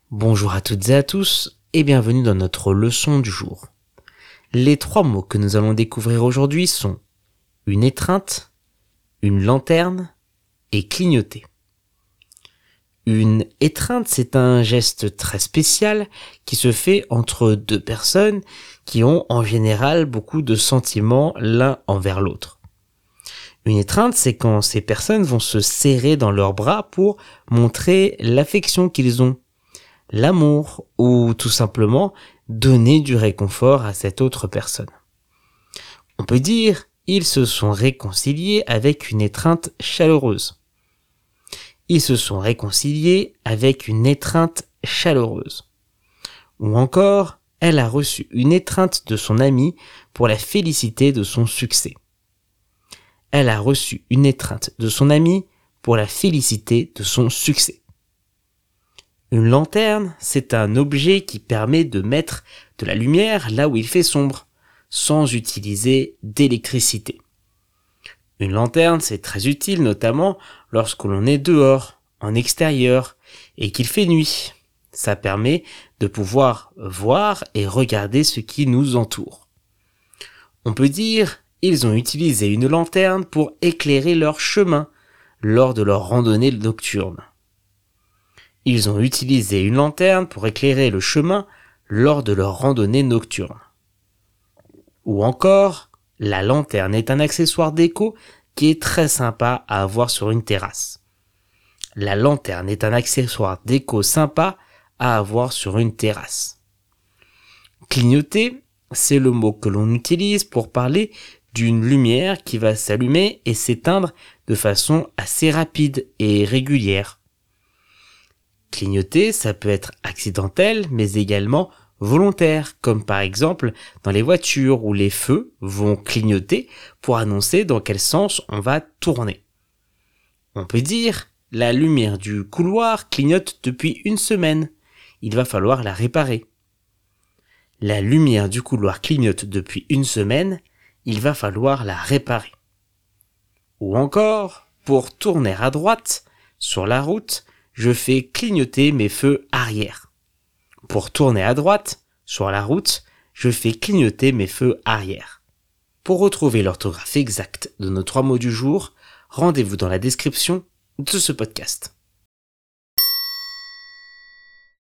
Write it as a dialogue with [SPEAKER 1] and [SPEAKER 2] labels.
[SPEAKER 1] Bonjour à toutes et à tous et bienvenue dans notre leçon du jour. Les 3 mots que nous allons découvrir aujourd'hui sont une étreinte, une lanterne et clignoter. Une étreinte, c'est un geste très spécial qui se fait entre 2 personnes qui ont en général beaucoup de sentiments l'un envers l'autre. Une étreinte, c'est quand ces personnes vont se serrer dans leurs bras pour montrer l'affection qu'ils ont, l'amour ou tout simplement donner du réconfort à cette autre personne. On peut dire ils se sont réconciliés avec une étreinte chaleureuse. Ils se sont réconciliés avec une étreinte chaleureuse. Ou encore, elle a reçu une étreinte de son ami pour la féliciter de son succès. Elle a reçu une étreinte de son ami pour la féliciter de son succès. Une lanterne, c'est un objet qui permet de mettre de la lumière là où il fait sombre, sans utiliser d'électricité. Une lanterne, c'est très utile notamment lorsque l'on est dehors, en extérieur, et qu'il fait nuit. Ça permet de pouvoir voir et regarder ce qui nous entoure. On peut dire, ils ont utilisé une lanterne pour éclairer leur chemin lors de leur randonnée nocturne. Ils ont utilisé une lanterne pour éclairer le chemin lors de leur randonnée nocturne. Ou encore, la lanterne est un accessoire déco qui est très sympa à avoir sur une terrasse. La lanterne est un accessoire déco sympa à avoir sur une terrasse. Clignoter, c'est le mot que l'on utilise pour parler d'une lumière qui va s'allumer et s'éteindre de façon assez rapide et régulière. Clignoter, ça peut être accidentel, mais également volontaire, comme par exemple dans les voitures où les feux vont clignoter pour annoncer dans quel sens on va tourner. On peut dire, la lumière du couloir clignote depuis 1 semaine, il va falloir la réparer. La lumière du couloir clignote depuis 1 semaine, il va falloir la réparer. Ou encore, pour tourner à droite, sur la route, je fais clignoter mes feux arrière. Pour tourner à droite, sur la route, je fais clignoter mes feux arrière. Pour retrouver l'orthographe exacte de nos 3 mots du jour, rendez-vous dans la description de ce podcast.